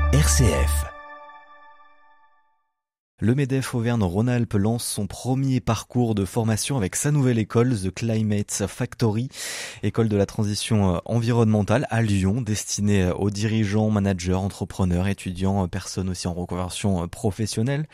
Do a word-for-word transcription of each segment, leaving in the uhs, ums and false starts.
R C F. Le MEDEF Auvergne-Rhône-Alpes lance son premier parcours de formation avec sa nouvelle école, The Climate Factory, école de la transition environnementale à Lyon, destinée aux dirigeants, managers, entrepreneurs, étudiants, personnes aussi en reconversion professionnelle.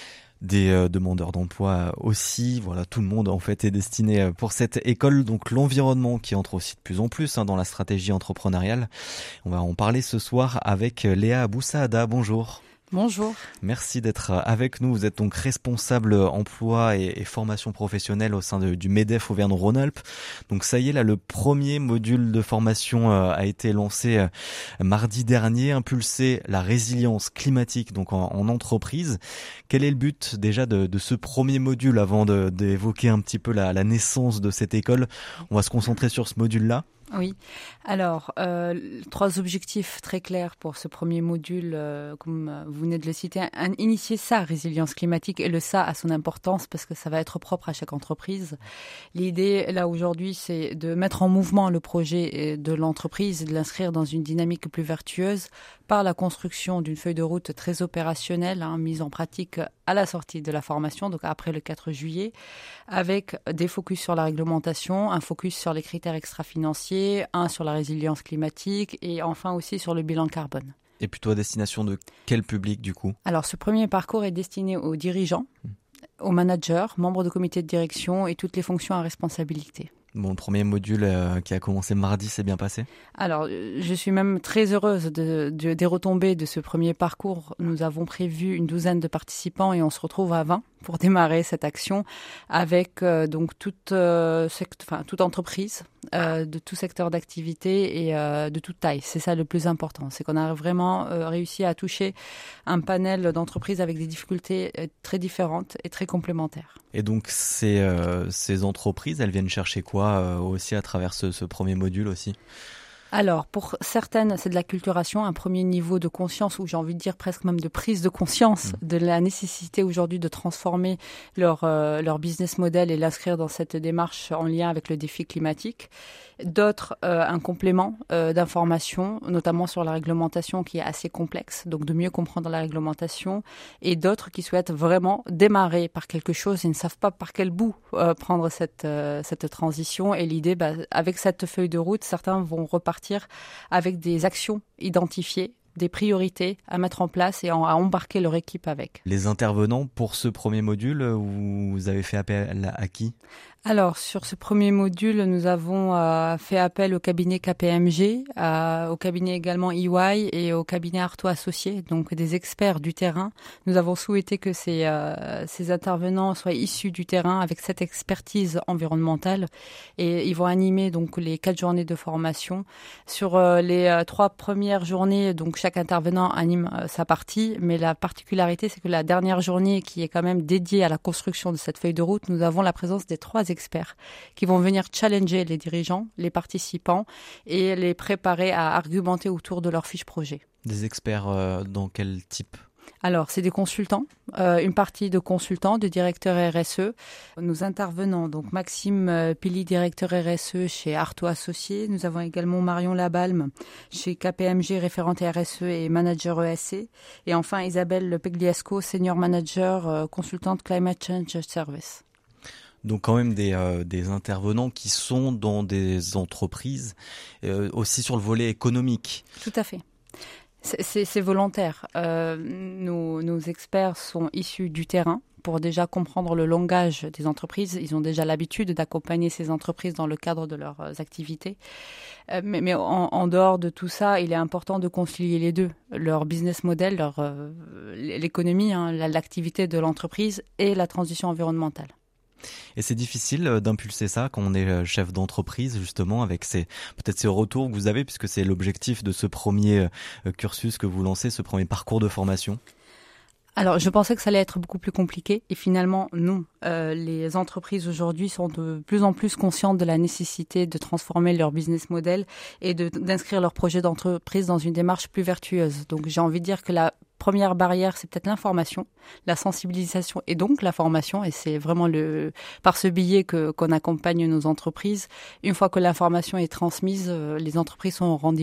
Des euh, demandeurs d'emploi aussi, voilà, tout le monde en fait est destiné pour cette école, donc l'environnement qui entre aussi de plus en plus hein, dans la stratégie entrepreneuriale. On va en parler ce soir avec Léa Boussaada, bonjour. Bonjour. Merci d'être avec nous. Vous êtes donc responsable emploi et, et formation professionnelle au sein de, du MEDEF Auvergne-Rhône-Alpes. Donc ça y est, là, le premier module de formation euh, a été lancé euh, mardi dernier, impulser la résilience climatique donc en, en entreprise. Quel est le but déjà de, de ce premier module avant de, d'évoquer un petit peu la, la naissance de cette école? On va se concentrer sur ce module-là. Oui, alors euh, trois objectifs très clairs pour ce premier module, euh, comme vous venez de le citer, un, initier sa résilience climatique, et le ça a son importance parce que ça va être propre à chaque entreprise. L'idée là aujourd'hui, c'est de mettre en mouvement le projet de l'entreprise et de l'inscrire dans une dynamique plus vertueuse par la construction d'une feuille de route très opérationnelle, hein, mise en pratique à la sortie de la formation, donc après le quatre juillet, avec des focus sur la réglementation, un focus sur les critères extra-financiers, un sur la résilience climatique et enfin aussi sur le bilan carbone. Et plutôt à destination de quel public du coup? Alors ce premier parcours est destiné aux dirigeants, mmh. aux managers, membres de comité de direction et toutes les fonctions à responsabilité. Bon, le premier module euh, qui a commencé mardi s'est bien passé? Alors, je suis même très heureuse de, de, des retombées de ce premier parcours. Nous avons prévu une douzaine de participants et on se retrouve à vingt pour démarrer cette action avec euh, donc toute, euh, sect- enfin, toute entreprise, euh, de tout secteur d'activité et euh, de toute taille. C'est ça le plus important. C'est qu'on a vraiment euh, réussi à toucher un panel d'entreprises avec des difficultés euh, très différentes et très complémentaires. Et donc ces, euh, ces entreprises, elles viennent chercher quoi euh, aussi à travers ce, ce premier module aussi? Alors, pour certaines, c'est de l'acculturation, un premier niveau de conscience, ou j'ai envie de dire presque même de prise de conscience mmh. de la nécessité aujourd'hui de transformer leur, euh, leur business model et l'inscrire dans cette démarche en lien avec le défi climatique. D'autres, euh, un complément euh, d'information, notamment sur la réglementation qui est assez complexe, donc de mieux comprendre la réglementation. Et d'autres qui souhaitent vraiment démarrer par quelque chose et ne savent pas par quel bout euh, prendre cette, euh, cette transition. Et l'idée, bah, avec cette feuille de route, certains vont repartir avec des actions identifiées, des priorités à mettre en place et à embarquer leur équipe avec. Les intervenants pour ce premier module, vous avez fait appel à qui ? Alors, sur ce premier module, nous avons euh, fait appel au cabinet K P M G, euh, au cabinet également E Y et au cabinet Artaud Associés, donc des experts du terrain. Nous avons souhaité que ces, euh, ces intervenants soient issus du terrain avec cette expertise environnementale et ils vont animer donc les quatre journées de formation. Sur euh, les euh, trois premières journées, donc chaque intervenant anime euh, sa partie, mais la particularité, c'est que la dernière journée qui est quand même dédiée à la construction de cette feuille de route, nous avons la présence des trois experts qui vont venir challenger les dirigeants, les participants et les préparer à argumenter autour de leur fiche projet. Des experts euh, dans quel type ? Alors, c'est des consultants, euh, une partie de consultants, de directeurs R S E. Nous intervenons, donc Maxime euh, Pili, directeur R S E chez Artaud Associés. Nous avons également Marion Labalme chez K P M G, référente R S E et manager E S C. Et enfin, Isabelle Pegliasco, senior manager, euh, consultante Climate Change Service. Donc quand même des, euh, des intervenants qui sont dans des entreprises, euh, aussi sur le volet économique. Tout à fait. C'est, c'est, c'est volontaire. Euh, nos, nos experts sont issus du terrain pour déjà comprendre le langage des entreprises. Ils ont déjà l'habitude d'accompagner ces entreprises dans le cadre de leurs activités. Euh, mais mais en, en dehors de tout ça, il est important de concilier les deux. Leur business model, leur, euh, l'économie, hein, l'activité de l'entreprise et la transition environnementale. Et c'est difficile d'impulser ça quand on est chef d'entreprise, justement, avec ces, peut-être ces retours que vous avez, puisque c'est l'objectif de ce premier cursus que vous lancez, ce premier parcours de formation. Alors, je pensais que ça allait être beaucoup plus compliqué et finalement, non. Euh, les entreprises aujourd'hui sont de plus en plus conscientes de la nécessité de transformer leur business model et de, d'inscrire leur projet d'entreprise dans une démarche plus vertueuse. Donc, j'ai envie de dire que la première barrière, c'est peut-être l'information, la sensibilisation et donc la formation. Et c'est vraiment le, par ce biais que, qu'on accompagne nos entreprises. Une fois que l'information est transmise, les entreprises sont au rendez-vous.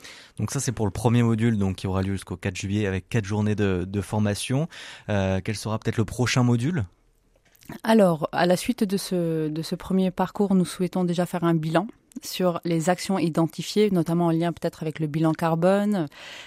Donc ça, c'est pour le premier module, donc qui aura lieu jusqu'au quatre juillet avec quatre journées de, de formation. Euh, quel sera peut-être le prochain module ? Alors, à la suite de ce, de ce premier parcours, nous souhaitons déjà faire un bilan sur les actions identifiées, notamment en lien peut-être avec le bilan carbone,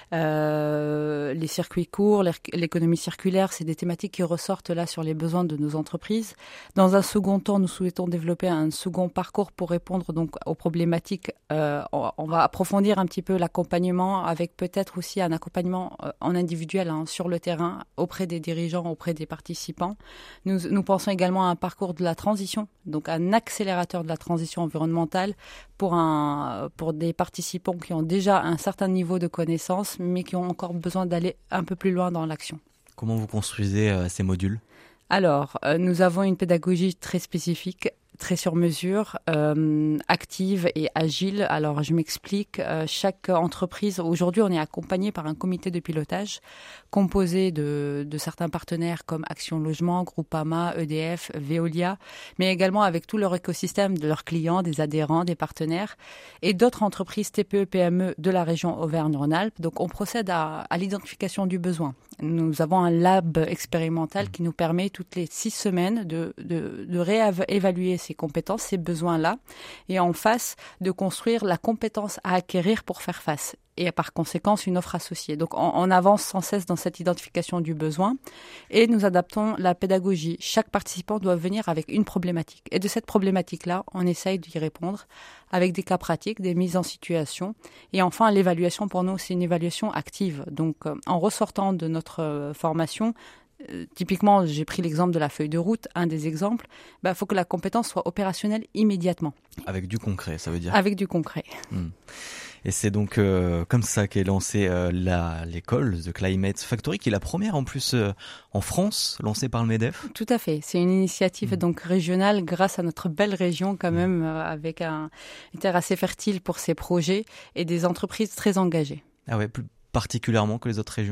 euh, les circuits courts, l'économie circulaire, c'est des thématiques qui ressortent là sur les besoins de nos entreprises. Dans un second temps, nous souhaitons développer un second parcours pour répondre donc aux problématiques. Euh, on, on va approfondir un petit peu l'accompagnement avec peut-être aussi un accompagnement en individuel hein, sur le terrain auprès des dirigeants, auprès des participants. Nous, nous pensons également à un parcours de la transition, donc un accélérateur de la transition environnementale pour, un, pour des participants qui ont déjà un certain niveau de connaissances, mais qui ont encore besoin d'aller un peu plus loin dans l'action. Comment vous construisez euh, ces modules ? Alors, euh, nous avons une pédagogie très spécifique, très sur mesure, euh, active et agile. Alors, je m'explique. Euh, chaque entreprise, aujourd'hui, on est accompagné par un comité de pilotage composé de, de certains partenaires comme Action Logement, Groupama, E D F, Veolia, mais également avec tout leur écosystème de leurs clients, des adhérents, des partenaires et d'autres entreprises T P E, P M E de la région Auvergne-Rhône-Alpes. Donc, on procède à, à l'identification du besoin. Nous avons un lab expérimental qui nous permet toutes les six semaines de, de, de réévaluer ces compétences, ces besoins-là, et en face de construire la compétence à acquérir pour faire face. Et par conséquent, une offre associée. Donc, on, on avance sans cesse dans cette identification du besoin et nous adaptons la pédagogie. Chaque participant doit venir avec une problématique. Et de cette problématique-là, on essaye d'y répondre avec des cas pratiques, des mises en situation. Et enfin, l'évaluation, pour nous, c'est une évaluation active. Donc, en ressortant de notre formation, Euh, typiquement, j'ai pris l'exemple de la feuille de route, un des exemples, il bah, faut que la compétence soit opérationnelle immédiatement. Avec du concret, ça veut dire ? Avec du concret. Mmh. Et c'est donc euh, comme ça qu'est lancée euh, la, l'école The Climate Factory, qui est la première en plus euh, en France, lancée par le MEDEF. Tout à fait. C'est une initiative mmh. donc régionale grâce à notre belle région quand même, mmh. euh, avec un, une terre assez fertile pour ces projets et des entreprises très engagées. Ah ouais, plus particulièrement que les autres régions ?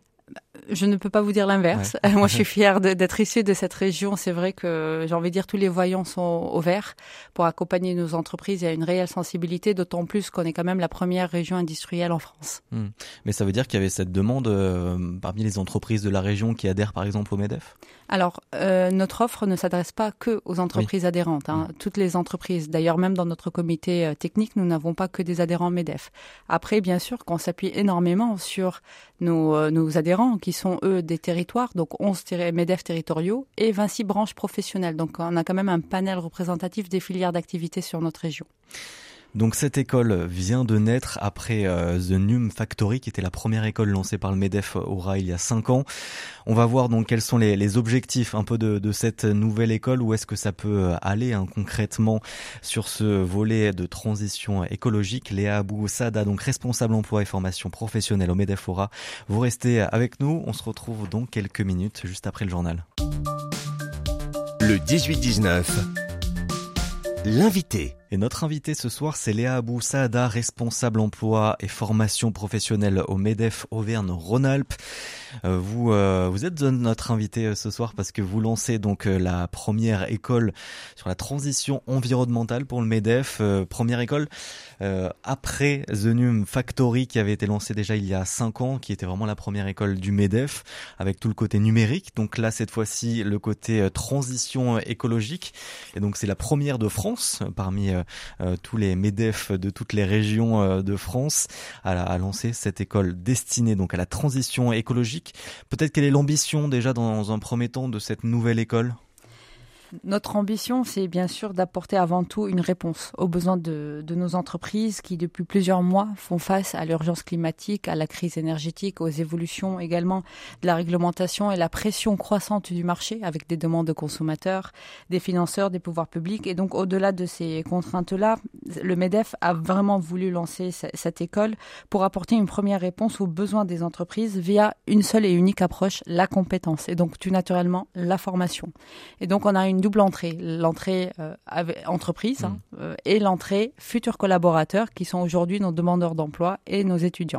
Je ne peux pas vous dire l'inverse. Ouais. Moi, je suis fière de, d'être issue de cette région. C'est vrai que, j'ai envie de dire, tous les voyants sont au vert pour accompagner nos entreprises. Il y a une réelle sensibilité, d'autant plus qu'on est quand même la première région industrielle en France. Mmh. Mais ça veut dire qu'il y avait cette demande euh, parmi les entreprises de la région qui adhèrent, par exemple, au MEDEF ? Alors, euh, notre offre ne s'adresse pas que aux entreprises oui. adhérentes. Hein. Mmh. Toutes les entreprises, d'ailleurs, même dans notre comité euh, technique, nous n'avons pas que des adhérents MEDEF. Après, bien sûr, qu'on s'appuie énormément sur nos, euh, nos adhérents qui sont, eux, des territoires, donc onze MEDEF territoriaux et vingt-six branches professionnelles. Donc, on a quand même un panel représentatif des filières d'activité sur notre région. Donc cette école vient de naître après euh, The Num Factory, qui était la première école lancée par le MEDEF au Rail il y a cinq ans. On va voir donc quels sont les, les objectifs un peu de, de cette nouvelle école, où est-ce que ça peut aller hein, concrètement sur ce volet de transition écologique. Léa Abou Saada, donc responsable emploi et formation professionnelle au MEDEF Aura. Vous restez avec nous, on se retrouve donc quelques minutes juste après le journal. Le dix-huit dix-neuf, l'invité. Et notre invité ce soir, c'est Léa Abou Saada, responsable emploi et formation professionnelle au MEDEF Auvergne-Rhône-Alpes. Euh, vous, euh, vous êtes notre invité ce soir parce que vous lancez donc euh, la première école sur la transition environnementale pour le MEDEF. Euh, première école euh, après The Num Factory qui avait été lancée déjà il y a cinq ans, qui était vraiment la première école du MEDEF avec tout le côté numérique. Donc là, cette fois-ci, le côté euh, transition écologique. Et donc c'est la première de France parmi euh, Euh, tous les MEDEF de toutes les régions euh, de France à, à lancer cette école destinée donc à la transition écologique. Peut-être quelle est l'ambition déjà dans un premier temps de cette nouvelle école ? Notre ambition, c'est bien sûr d'apporter avant tout une réponse aux besoins de, de nos entreprises qui, depuis plusieurs mois, font face à l'urgence climatique, à la crise énergétique, aux évolutions également de la réglementation et la pression croissante du marché avec des demandes de consommateurs, des financeurs, des pouvoirs publics. Et donc, au-delà de ces contraintes-là, le MEDEF a vraiment voulu lancer cette école pour apporter une première réponse aux besoins des entreprises via une seule et unique approche, la compétence. Et donc, tout naturellement, la formation. Et donc, on a une double entrée, l'entrée euh, entreprise mmh. hein, euh, et l'entrée futurs collaborateurs qui sont aujourd'hui nos demandeurs d'emploi et nos étudiants.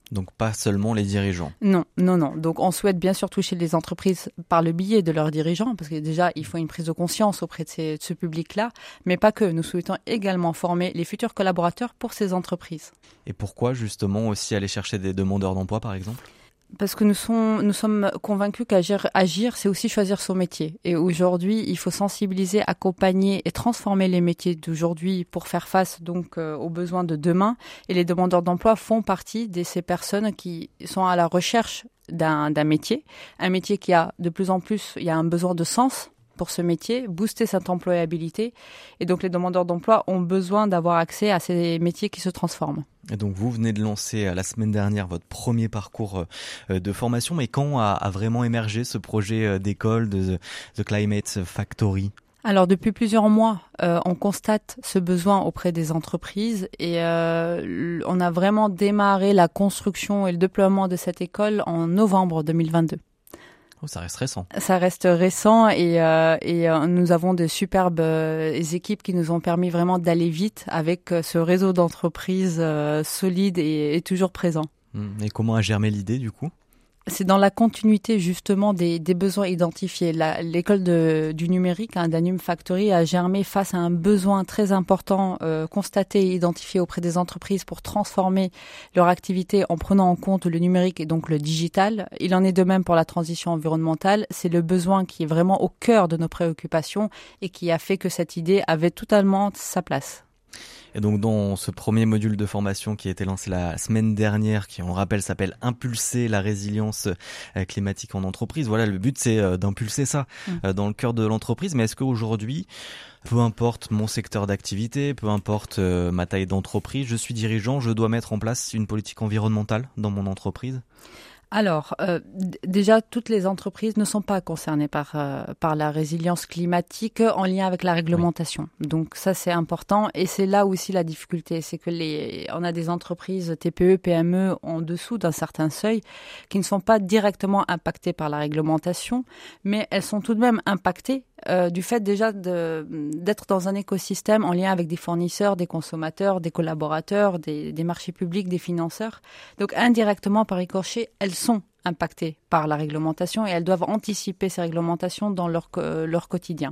Donc pas seulement les dirigeants. Non, non, non. Donc on souhaite bien sûr toucher les entreprises par le biais de leurs dirigeants, parce que déjà, il faut une prise de conscience auprès de, ces, de ce public-là, mais pas que. Nous souhaitons également former les futurs collaborateurs pour ces entreprises. Et pourquoi justement aussi aller chercher des demandeurs d'emploi par exemple ? Parce que nous, sont, nous sommes convaincus qu'agir, agir, c'est aussi choisir son métier. Et aujourd'hui, il faut sensibiliser, accompagner et transformer les métiers d'aujourd'hui pour faire face donc euh, aux besoins de demain. Et les demandeurs d'emploi font partie de ces personnes qui sont à la recherche d'un, d'un métier, un métier qui a de plus en plus, il y a un besoin de sens pour ce métier, booster cette employabilité. Et donc les demandeurs d'emploi ont besoin d'avoir accès à ces métiers qui se transforment. Et donc vous venez de lancer la semaine dernière votre premier parcours de formation, mais quand a, a vraiment émergé ce projet d'école de The, The Climate Factory ? Alors depuis plusieurs mois, euh, on constate ce besoin auprès des entreprises et euh, on a vraiment démarré la construction et le déploiement de cette école en novembre deux mille vingt-deux. Oh, ça reste récent. Ça reste récent et, euh, et euh, nous avons de superbes euh, équipes qui nous ont permis vraiment d'aller vite avec euh, ce réseau d'entreprises euh, solide et, et toujours présent. Et comment a germé l'idée du coup ? C'est dans la continuité justement des, des besoins identifiés. La, l'école de, du numérique, hein, Danum Factory, a germé face à un besoin très important euh, constaté et identifié auprès des entreprises pour transformer leur activité en prenant en compte le numérique et donc le digital. Il en est de même pour la transition environnementale. C'est le besoin qui est vraiment au cœur de nos préoccupations et qui a fait que cette idée avait totalement sa place. Et donc dans ce premier module de formation qui a été lancé la semaine dernière, qui on le rappelle s'appelle Impulser la résilience climatique en entreprise, voilà, le but c'est d'impulser ça mmh. dans le cœur de l'entreprise. Mais est-ce qu'aujourd'hui, peu importe mon secteur d'activité, peu importe ma taille d'entreprise, je suis dirigeant, je dois mettre en place une politique environnementale dans mon entreprise ? Alors, euh, d- déjà, toutes les entreprises ne sont pas concernées par euh, par la résilience climatique en lien avec la réglementation. Oui. Donc ça, c'est important et c'est là aussi la difficulté, c'est que les on a des entreprises T P E, P M E en dessous d'un certain seuil qui ne sont pas directement impactées par la réglementation, mais elles sont tout de même impactées Euh, du fait déjà de, d'être dans un écosystème en lien avec des fournisseurs, des consommateurs, des collaborateurs, des, des marchés publics, des financeurs. Donc indirectement, par ricochet, elles sont impactées par la réglementation et elles doivent anticiper ces réglementations dans leur, euh, leur quotidien.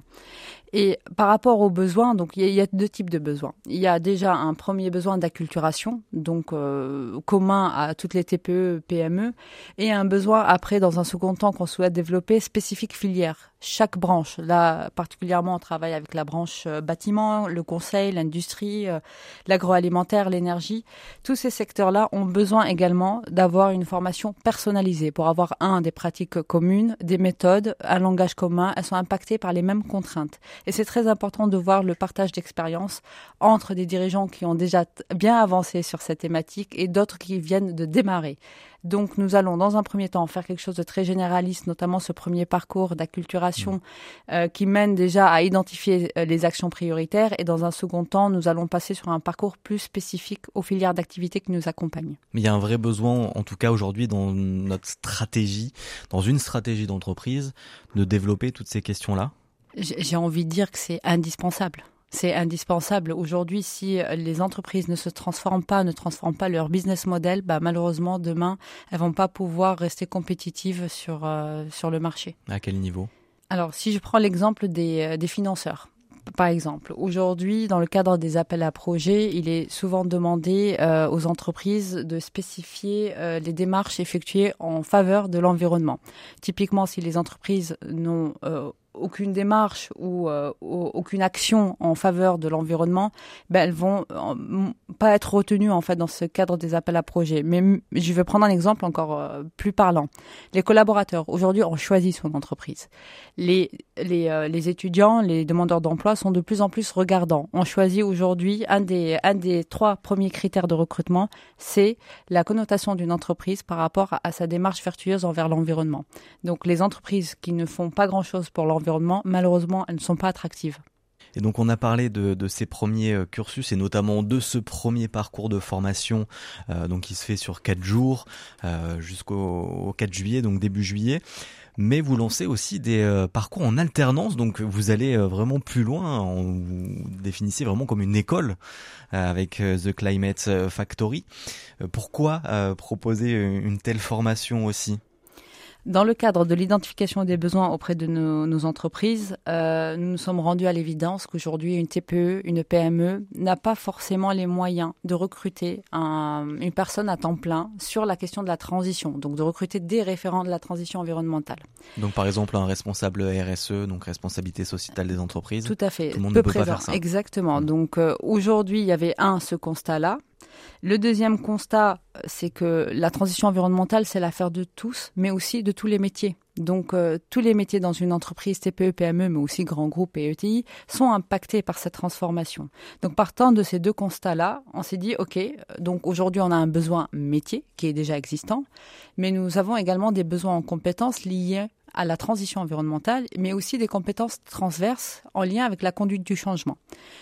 Et par rapport aux besoins, donc il y, y a deux types de besoins. Il y a déjà un premier besoin d'acculturation, donc euh, commun à toutes les T P E, P M E, et un besoin après, dans un second temps, qu'on souhaite développer, spécifique filière. Chaque branche, là particulièrement on travaille avec la branche euh, bâtiment, le conseil, l'industrie, euh, l'agroalimentaire, l'énergie. Tous ces secteurs-là ont besoin également d'avoir une formation personnalisée pour avoir un, des pratiques communes, des méthodes, un langage commun. Elles sont impactées par les mêmes contraintes. Et c'est très important de voir le partage d'expérience entre des dirigeants qui ont déjà bien avancé sur cette thématique et d'autres qui viennent de démarrer. Donc nous allons dans un premier temps faire quelque chose de très généraliste, notamment ce premier parcours d'acculturation mmh. euh, qui mène déjà à identifier euh, les actions prioritaires. Et dans un second temps, nous allons passer sur un parcours plus spécifique aux filières d'activité qui nous accompagnent. Mais il y a un vrai besoin, en tout cas aujourd'hui, dans notre stratégie, dans une stratégie d'entreprise, de développer toutes ces questions-là. J'ai envie de dire que c'est indispensable. C'est indispensable. Aujourd'hui, si les entreprises ne se transforment pas, ne transforment pas leur business model, bah, malheureusement, demain, elles vont pas pouvoir rester compétitives sur, euh, sur le marché. À quel niveau ? Alors, si je prends l'exemple des, des financeurs. Par exemple, aujourd'hui, dans le cadre des appels à projets, il est souvent demandé euh, aux entreprises de spécifier euh, les démarches effectuées en faveur de l'environnement. Typiquement, si les entreprises n'ont euh, aucune démarche ou euh, aucune action en faveur de l'environnement, ben elles vont euh, pas être retenues en fait dans ce cadre des appels à projets. Mais m- je vais prendre un exemple encore euh, plus parlant. Les collaborateurs aujourd'hui ont choisi son entreprise. Les les euh, les étudiants, les demandeurs d'emploi sont de plus en plus regardants. On choisit aujourd'hui un des un des trois premiers critères de recrutement, c'est la connotation d'une entreprise par rapport à, à sa démarche vertueuse envers l'environnement. Donc les entreprises qui ne font pas grand-chose pour l'environnement, malheureusement, elles ne sont pas attractives. Et donc on a parlé de, de ces premiers cursus et notamment de ce premier parcours de formation euh, donc qui se fait sur quatre jours euh, jusqu'au au quatre juillet, donc début juillet. mais vous lancez aussi des euh, parcours en alternance, donc vous allez euh, vraiment plus loin, en, vous définissez vraiment comme une école euh, avec euh, The Climate Factory. Euh, pourquoi euh, proposer une telle formation aussi ? Dans le cadre de l'identification des besoins auprès de nos, nos entreprises, euh, nous nous sommes rendus à l'évidence qu'aujourd'hui, une T P E, une P M E n'a pas forcément les moyens de recruter un, une personne à temps plein sur la question de la transition, donc de recruter des référents de la transition environnementale. Donc par exemple un responsable R S E, donc responsabilité sociétale des entreprises. Tout à fait. Tout le monde peu ne peut présent. pas faire ça. Exactement. Donc euh, aujourd'hui, il y avait un, ce constat-là. Le deuxième constat, c'est que la transition environnementale, c'est l'affaire de tous, mais aussi de tous les métiers. Donc, euh, tous les métiers dans une entreprise T P E, P M E, mais aussi grands groupes et E T I, sont impactés par cette transformation. Donc, partant de ces deux constats-là, on s'est dit, OK, donc aujourd'hui, on a un besoin métier qui est déjà existant, mais nous avons également des besoins en compétences liés à la transition environnementale, mais aussi des compétences transverses en lien avec la conduite du changement.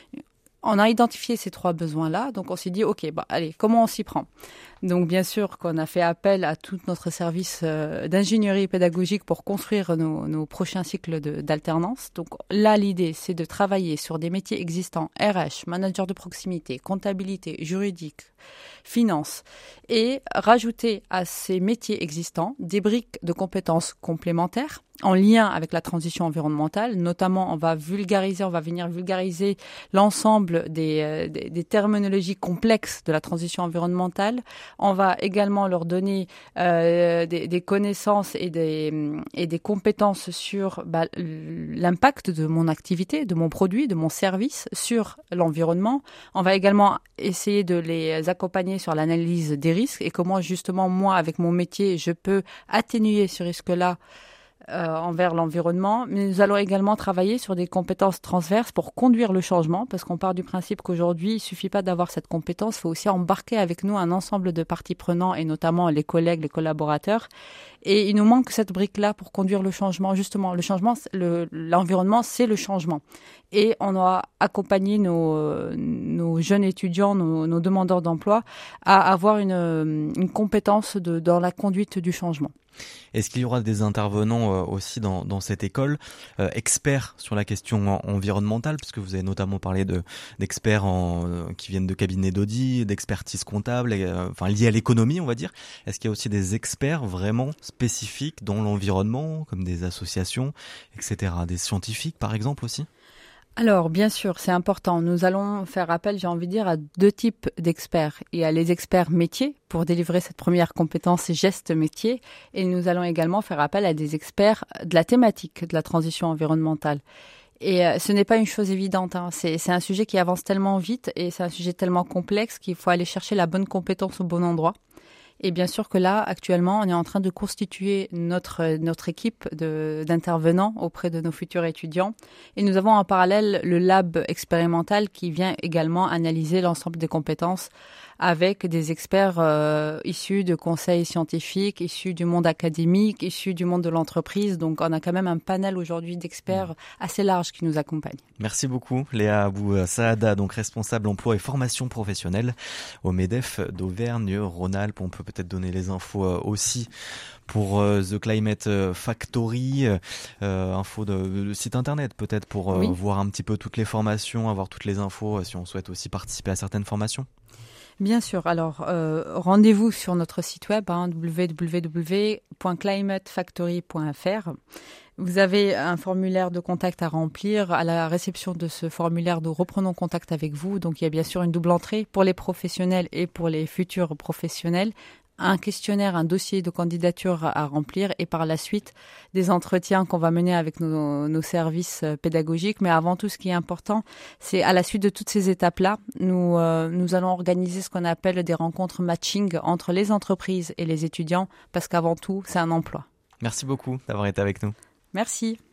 On a identifié ces trois besoins-là, donc on s'est dit, OK, bah, allez, comment on s'y prend ? Donc bien sûr qu'on a fait appel à tout notre service euh, d'ingénierie pédagogique pour construire nos, nos prochains cycles de, d'alternance. Donc là, l'idée, c'est de travailler sur des métiers existants, R H, manager de proximité, comptabilité, juridique, finance, et rajouter à ces métiers existants des briques de compétences complémentaires en lien avec la transition environnementale. Notamment, on va vulgariser, on va venir vulgariser l'ensemble des, euh, des, des terminologies complexes de la transition environnementale. On va également leur donner euh, des, des connaissances et des, et des compétences sur bah, l'impact de mon activité, de mon produit, de mon service sur l'environnement. On va également essayer de les accompagner sur l'analyse des risques et comment justement moi, avec mon métier, je peux atténuer ce risque-là Euh, envers l'environnement, mais nous allons également travailler sur des compétences transverses pour conduire le changement, parce qu'on part du principe qu'aujourd'hui, il suffit pas d'avoir cette compétence, il faut aussi embarquer avec nous un ensemble de parties prenantes, et notamment les collègues, les collaborateurs. Et il nous manque cette brique-là pour conduire le changement. Justement, le changement, le, l'environnement, c'est le changement. Et on doit accompagner nos, nos jeunes étudiants, nos, nos demandeurs d'emploi, à avoir une, une compétence de, dans la conduite du changement. Est-ce qu'il y aura des intervenants euh, aussi dans, dans cette école, euh, experts sur la question en, environnementale, puisque vous avez notamment parlé de, d'experts en, euh, qui viennent de cabinets d'audit, d'expertise comptable, et, euh, enfin liés à l'économie, on va dire. Est-ce qu'il y a aussi des experts vraiment spécifiques dans l'environnement, comme des associations, et cetera, des scientifiques par exemple aussi ? Alors, bien sûr, c'est important. Nous allons faire appel, j'ai envie de dire, à deux types d'experts. Il y a les experts métiers pour délivrer cette première compétence geste métier, et nous allons également faire appel à des experts de la thématique de la transition environnementale. Et euh, ce n'est pas une chose évidente, hein. C'est, c'est un sujet qui avance tellement vite et c'est un sujet tellement complexe qu'il faut aller chercher la bonne compétence au bon endroit. Et bien sûr que là, actuellement, on est en train de constituer notre notre équipe de, d'intervenants auprès de nos futurs étudiants. Et nous avons en parallèle le lab expérimental qui vient également analyser l'ensemble des compétences avec des experts euh, issus de conseils scientifiques, issus du monde académique, issus du monde de l'entreprise. Donc, on a quand même un panel aujourd'hui d'experts assez large qui nous accompagne. Merci beaucoup, Léa Abou Saada, donc responsable emploi et formation professionnelle au MEDEF d'Auvergne-Rhône-Alpes. On peut peut-être donner les infos euh, aussi pour euh, The Climate Factory, euh, info de, de site internet peut-être pour euh, oui. voir un petit peu toutes les formations, avoir toutes les infos euh, si on souhaite aussi participer à certaines formations. Bien sûr. Alors, euh, rendez-vous sur notre site web, hein, w w w point climate factory point f r. Vous avez un formulaire de contact à remplir. À la réception de ce formulaire, nous reprenons contact avec vous. Donc, il y a bien sûr une double entrée pour les professionnels et pour les futurs professionnels. Un questionnaire, un dossier de candidature à remplir et par la suite des entretiens qu'on va mener avec nos, nos services pédagogiques. Mais avant tout, ce qui est important, c'est à la suite de toutes ces étapes-là, nous, euh, nous allons organiser ce qu'on appelle des rencontres matching entre les entreprises et les étudiants parce qu'avant tout, c'est un emploi. Merci beaucoup d'avoir été avec nous. Merci.